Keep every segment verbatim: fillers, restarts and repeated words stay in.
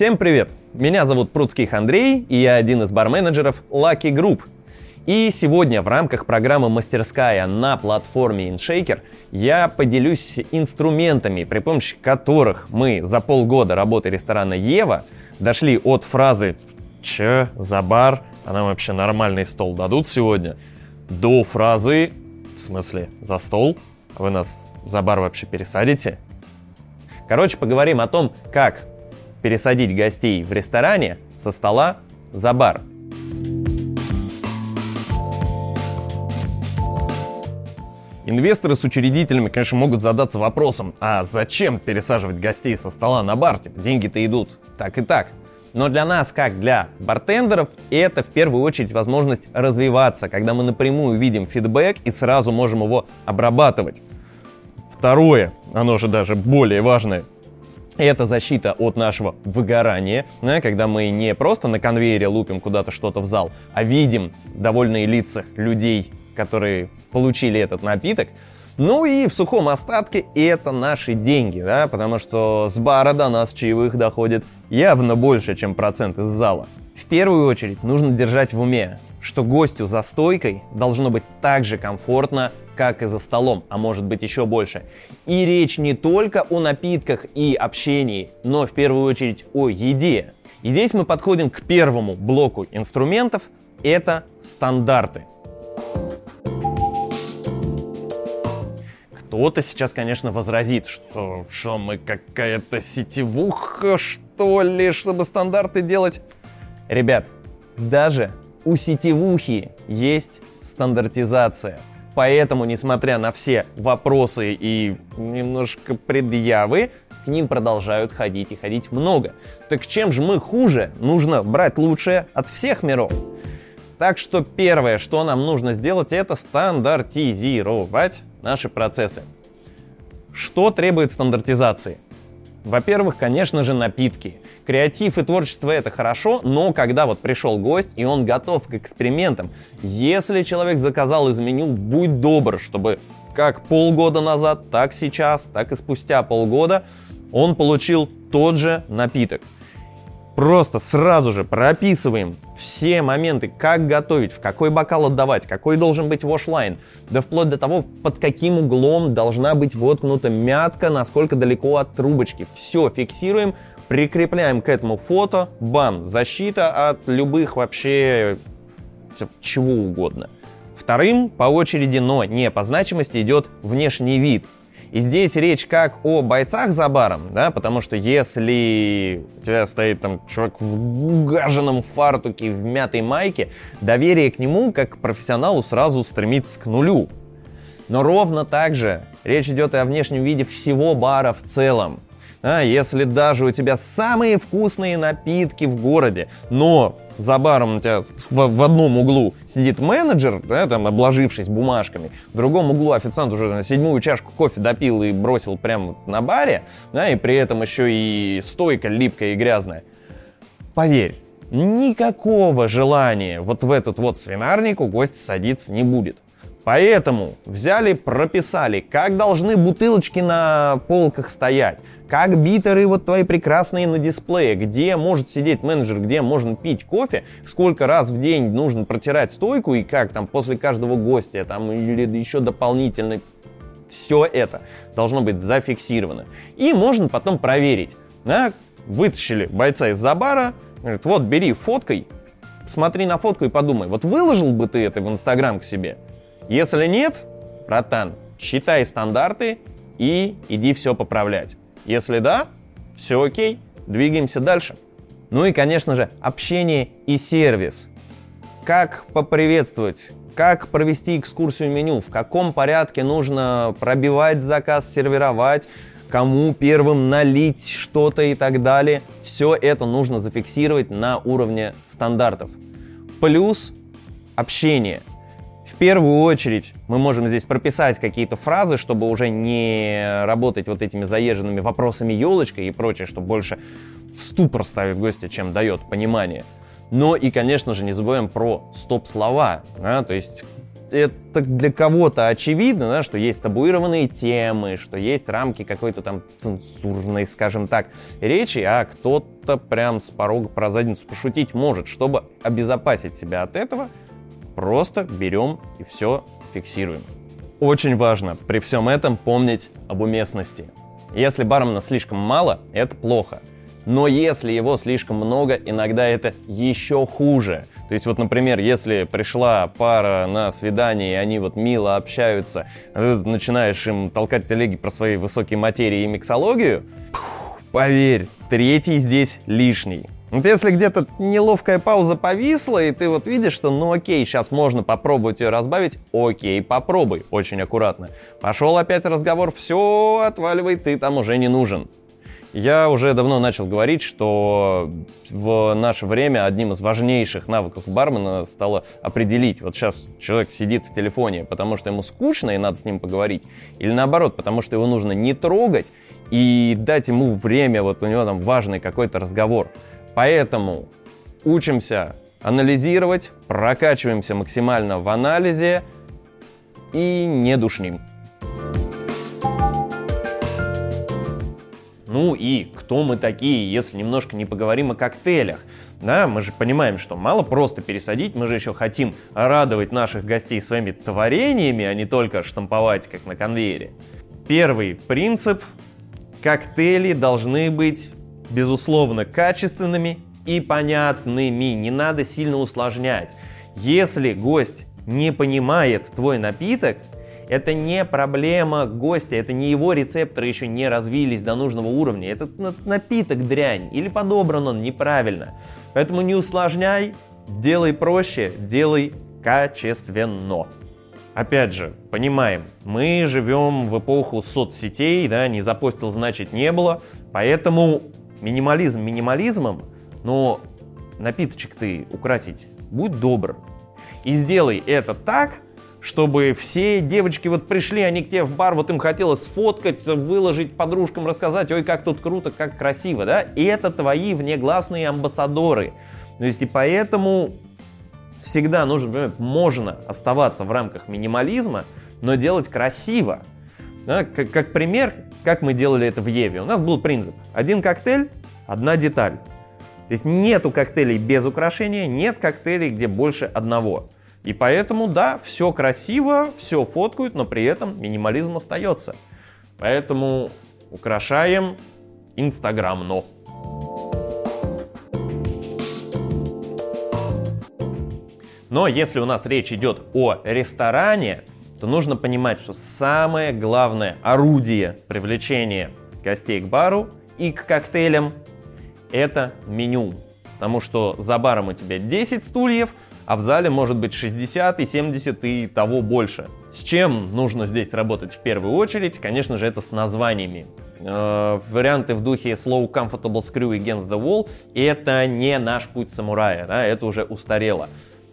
Всем привет! Меня зовут Пруцких Андрей, и я один из бар-менеджеров Lucky Group. И сегодня в рамках программы «Мастерская» на платформе InShaker я поделюсь инструментами, при помощи которых мы за полгода работы ресторана «Ева» дошли от фразы «Че, за бар? А нам вообще нормальный стол дадут сегодня?» до фразы «В смысле, за стол? Вы нас за бар вообще пересадите?» Короче, поговорим о том, как пересадить гостей в ресторане со стола за бар. Инвесторы с учредителями, конечно, могут задаться вопросом, а зачем пересаживать гостей со стола на бар? Типа, деньги-то идут так и так. Но для нас, как для бартендеров, это в первую очередь возможность развиваться, когда мы напрямую видим фидбэк и сразу можем его обрабатывать. Второе, оно же даже более важное, это защита от нашего выгорания, да, когда мы не просто на конвейере лупим куда-то что-то в зал, а видим довольные лица людей, которые получили этот напиток. Ну и в сухом остатке это наши деньги, да, потому что с бара до нас чаевых доходит явно больше, чем процент из зала. В первую очередь нужно держать в уме, что гостю за стойкой должно быть так же комфортно, как и за столом, а может быть еще больше. И речь не только о напитках и общении, но в первую очередь о еде. И здесь мы подходим к первому блоку инструментов – это стандарты. Кто-то сейчас, конечно, возразит, что, что мы какая-то сетевуха, что ли, чтобы стандарты делать. Ребят, даже у сетевухи есть стандартизация. Поэтому, несмотря на все вопросы и немножко предъявы, к ним продолжают ходить и ходить много. Так чем же мы хуже? Нужно брать лучшее от всех миров. Так что первое, что нам нужно сделать, это стандартизировать наши процессы. Что требует стандартизации? Во-первых, конечно же, напитки. Креатив и творчество — это хорошо, но когда вот пришел гость и он готов к экспериментам, если человек заказал из меню, будь добр, чтобы как полгода назад, так сейчас, так и спустя полгода он получил тот же напиток. Просто сразу же прописываем все моменты, как готовить, в какой бокал отдавать, какой должен быть вошлайн, да вплоть до того, под каким углом должна быть воткнута мятка, насколько далеко от трубочки. Все фиксируем, прикрепляем к этому фото, бам, защита от любых вообще чего угодно. Вторым по очереди, но не по значимости, идет внешний вид. И здесь речь как о бойцах за баром, да, потому что если у тебя стоит там чувак в угаженном фартуке, в мятой майке, доверие к нему, как к профессионалу, сразу стремится к нулю. Но ровно так же речь идет и о внешнем виде всего бара в целом. А если даже у тебя самые вкусные напитки в городе, но за баром у тебя в, в одном углу сидит менеджер, да, там, обложившись бумажками, в другом углу официант уже на седьмую чашку кофе допил и бросил прямо на баре, да, и при этом еще и стойка липкая и грязная. Поверь, никакого желания вот в этот вот свинарник у гостя садиться не будет. Поэтому взяли, прописали, как должны бутылочки на полках стоять, как битеры вот твои прекрасные на дисплее, где может сидеть менеджер, где можно пить кофе, сколько раз в день нужно протирать стойку и как там после каждого гостя там или еще дополнительно. Все это должно быть зафиксировано. И можно потом проверить. Да? Вытащили бойца из-за бара, говорят, вот бери, фоткай, смотри на фотку и подумай, вот выложил бы ты это в Инстаграм к себе? Если нет, братан, считай стандарты и иди все поправлять. Если да, все окей, двигаемся дальше. Ну и, конечно же, общение и сервис. Как поприветствовать, как провести экскурсию меню, в каком порядке нужно пробивать заказ, сервировать, кому первым налить что-то и так далее. Все это нужно зафиксировать на уровне стандартов. Плюс общение. В первую очередь мы можем здесь прописать какие-то фразы, чтобы уже не работать вот этими заезженными вопросами елочкой и прочее, что больше в ступор ставит гостя, чем дает понимание. Но и, конечно же, не забываем про стоп-слова. Да? То есть это для кого-то очевидно, да, что есть табуированные темы, что есть рамки какой-то там цензурной, скажем так, речи, а кто-то прям с порога про задницу пошутить может. Чтобы обезопасить себя от этого, просто берем и все фиксируем. Очень важно при всем этом помнить об уместности. Если бармена слишком мало, это плохо. Но если его слишком много, иногда это еще хуже. То есть вот, например, если пришла пара на свидание, и они вот мило общаются, ты начинаешь им толкать телеги про свои высокие материи и миксологию, поверь, третий здесь лишний. Вот если где-то неловкая пауза повисла, и ты вот видишь, что ну окей, сейчас можно попробовать ее разбавить, окей, попробуй, очень аккуратно. Пошел опять разговор, все, отваливай, ты там уже не нужен. Я уже давно начал говорить, что в наше время одним из важнейших навыков бармена стало определить, вот сейчас человек сидит в телефоне, потому что ему скучно и надо с ним поговорить, или наоборот, потому что его нужно не трогать и дать ему время, вот у него там важный какой-то разговор. Поэтому учимся анализировать, прокачиваемся максимально в анализе и не душним. Ну и кто мы такие, если немножко не поговорим о коктейлях? Да, мы же понимаем, что мало просто пересадить, мы же еще хотим радовать наших гостей своими творениями, а не только штамповать, как на конвейере. Первый принцип – коктейли должны быть, безусловно, качественными и понятными, не надо сильно усложнять. Если гость не понимает твой напиток, это не проблема гостя, это не его рецепторы еще не развились до нужного уровня. Этот напиток дрянь или подобран он неправильно. Поэтому не усложняй, делай проще, делай качественно. Опять же, понимаем, мы живем в эпоху соцсетей, да, не запостил, значит не было, поэтому минимализм минимализмом, но напиточек ты украсить будь добр. И сделай это так, чтобы все девочки вот пришли, они к тебе в бар, вот им хотелось сфоткать, выложить подружкам, рассказать, ой, как тут круто, как красиво, да? И это твои внегласные амбассадоры. То есть и поэтому всегда нужно, понимаете, можно оставаться в рамках минимализма, но делать красиво. Да? Как, как пример, как мы делали это в Еве. У нас был принцип: один коктейль, одна деталь. То есть нету коктейлей без украшения, нет коктейлей, где больше одного. И поэтому, да, все красиво, все фоткают, но при этом минимализм остается. Поэтому украшаем инстаграмно. Но если у нас речь идет о ресторане, то нужно понимать, что самое главное орудие привлечения гостей к бару и к коктейлям – это меню. Потому что за баром у тебя десять стульев, а в зале может быть шестьдесят и семьдесят и того больше. С чем нужно здесь работать в первую очередь? Конечно же, это с названиями. Э, варианты в духе Slow Comfortable Screw Against the Wall – это не наш путь самурая, да, это уже устарело.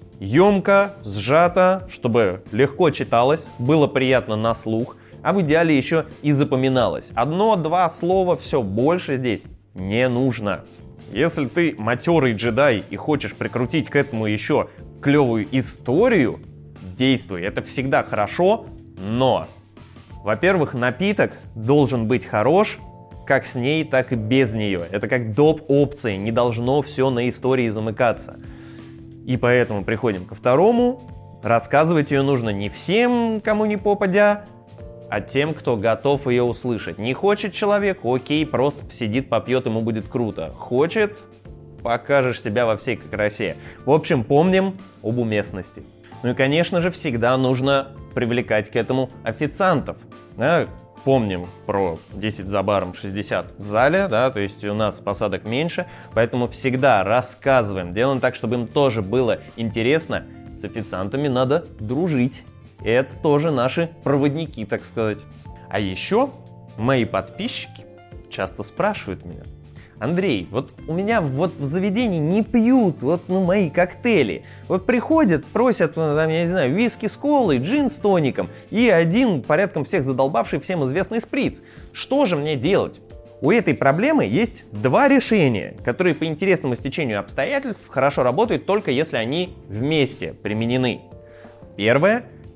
Емко, сжато, чтобы легко читалось, было приятно на слух, а в идеале еще и запоминалось. Одно-два слова, все, больше здесь не нужно. Если ты матерый джедай и хочешь прикрутить к этому еще клевую историю, действуй, это всегда хорошо, но, во-первых, напиток должен быть хорош как с ней, так и без нее. Это как доп. Опции, не должно все на истории замыкаться. И поэтому приходим ко второму. Рассказывать ее нужно не всем, кому не попадя, а тем, кто готов ее услышать. Не хочет человек, окей, просто посидит, попьет, ему будет круто. Хочет, покажешь себя во всей красе. В общем, помним об уместности. Ну и, конечно же, всегда нужно привлекать к этому официантов. Да? Помним про десять за баром, шестьдесят в зале, да, то есть у нас посадок меньше, поэтому всегда рассказываем, делаем так, чтобы им тоже было интересно. С официантами надо дружить. Это тоже наши проводники, так сказать. А еще мои подписчики часто спрашивают меня: Андрей, вот у меня вот в заведении не пьют вот ну, мои коктейли. Вот приходят, просят, там, я не знаю, виски с колой, джин с тоником и один порядком всех задолбавший всем известный сприц. Что же мне делать? У этой проблемы есть два решения, которые по интересному стечению обстоятельств хорошо работают только если они вместе применены. Первое.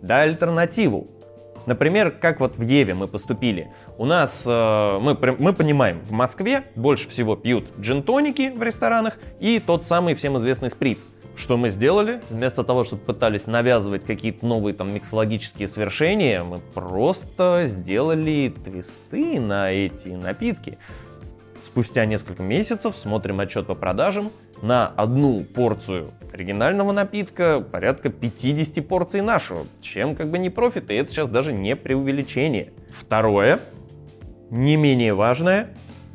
дай альтернативу. Например, как вот в Еве мы поступили. У нас, э, мы, мы понимаем, в Москве больше всего пьют джин-тоники в ресторанах и тот самый всем известный сприц. Что мы сделали? Вместо того, чтобы пытались навязывать какие-то новые там миксологические свершения, мы просто сделали твисты на эти напитки. Спустя несколько месяцев смотрим отчет по продажам. На одну порцию оригинального напитка порядка пятьдесят порций нашего. Чем как бы не профит, и это сейчас даже не преувеличение. Второе, не менее важное,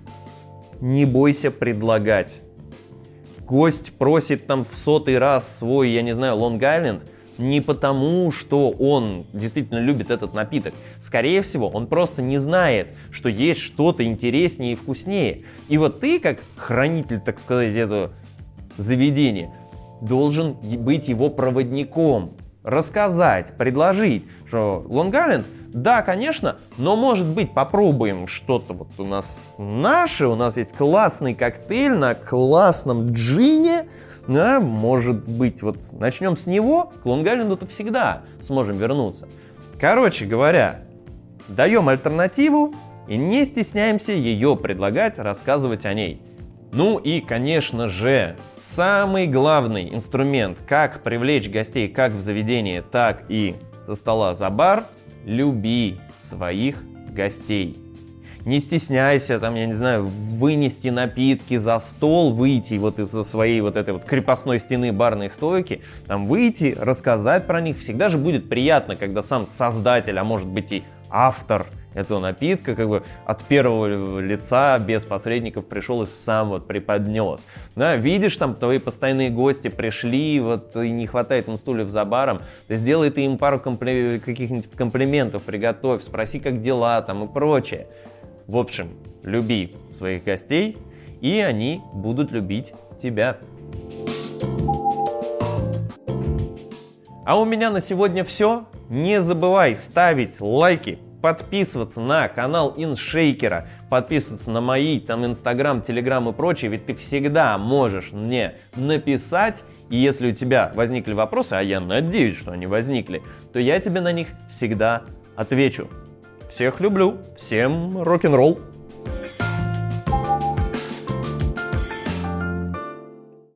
не бойся предлагать. Гость просит там в сотый раз свой, я не знаю, Long Island не потому, что он действительно любит этот напиток. Скорее всего, он просто не знает, что есть что-то интереснее и вкуснее. И вот ты, как хранитель, так сказать, этого заведения, должен быть его проводником. Рассказать, предложить, что Long Island, да, конечно, но может быть попробуем что-то вот у нас наше, у нас есть классный коктейль на классном джине, да, может быть, вот начнем с него, к Long Island-то всегда сможем вернуться. Короче говоря, даем альтернативу и не стесняемся ее предлагать, рассказывать о ней. Ну и, конечно же, самый главный инструмент, как привлечь гостей как в заведении, так и со стола за бар – люби своих гостей. Не стесняйся, там, я не знаю, вынести напитки за стол, выйти вот из своей вот этой вот крепостной стены барной стойки, там, выйти, рассказать про них. Всегда же будет приятно, когда сам создатель, а может быть и автор этого напитка, как бы от первого лица, без посредников пришел и сам вот преподнес. Да, видишь, там твои постоянные гости пришли, вот и не хватает им стульев за баром, сделай ты им пару компли... каких-нибудь комплиментов, приготовь, спроси, как дела там и прочее. В общем, люби своих гостей, и они будут любить тебя. А у меня на сегодня все. Не забывай ставить лайки, подписываться на канал InShaker, подписываться на мои там Инстаграм, Телеграм и прочее, ведь ты всегда можешь мне написать, и если у тебя возникли вопросы, а я надеюсь, что они возникли, то я тебе на них всегда отвечу. Всех люблю, всем рок-н-ролл!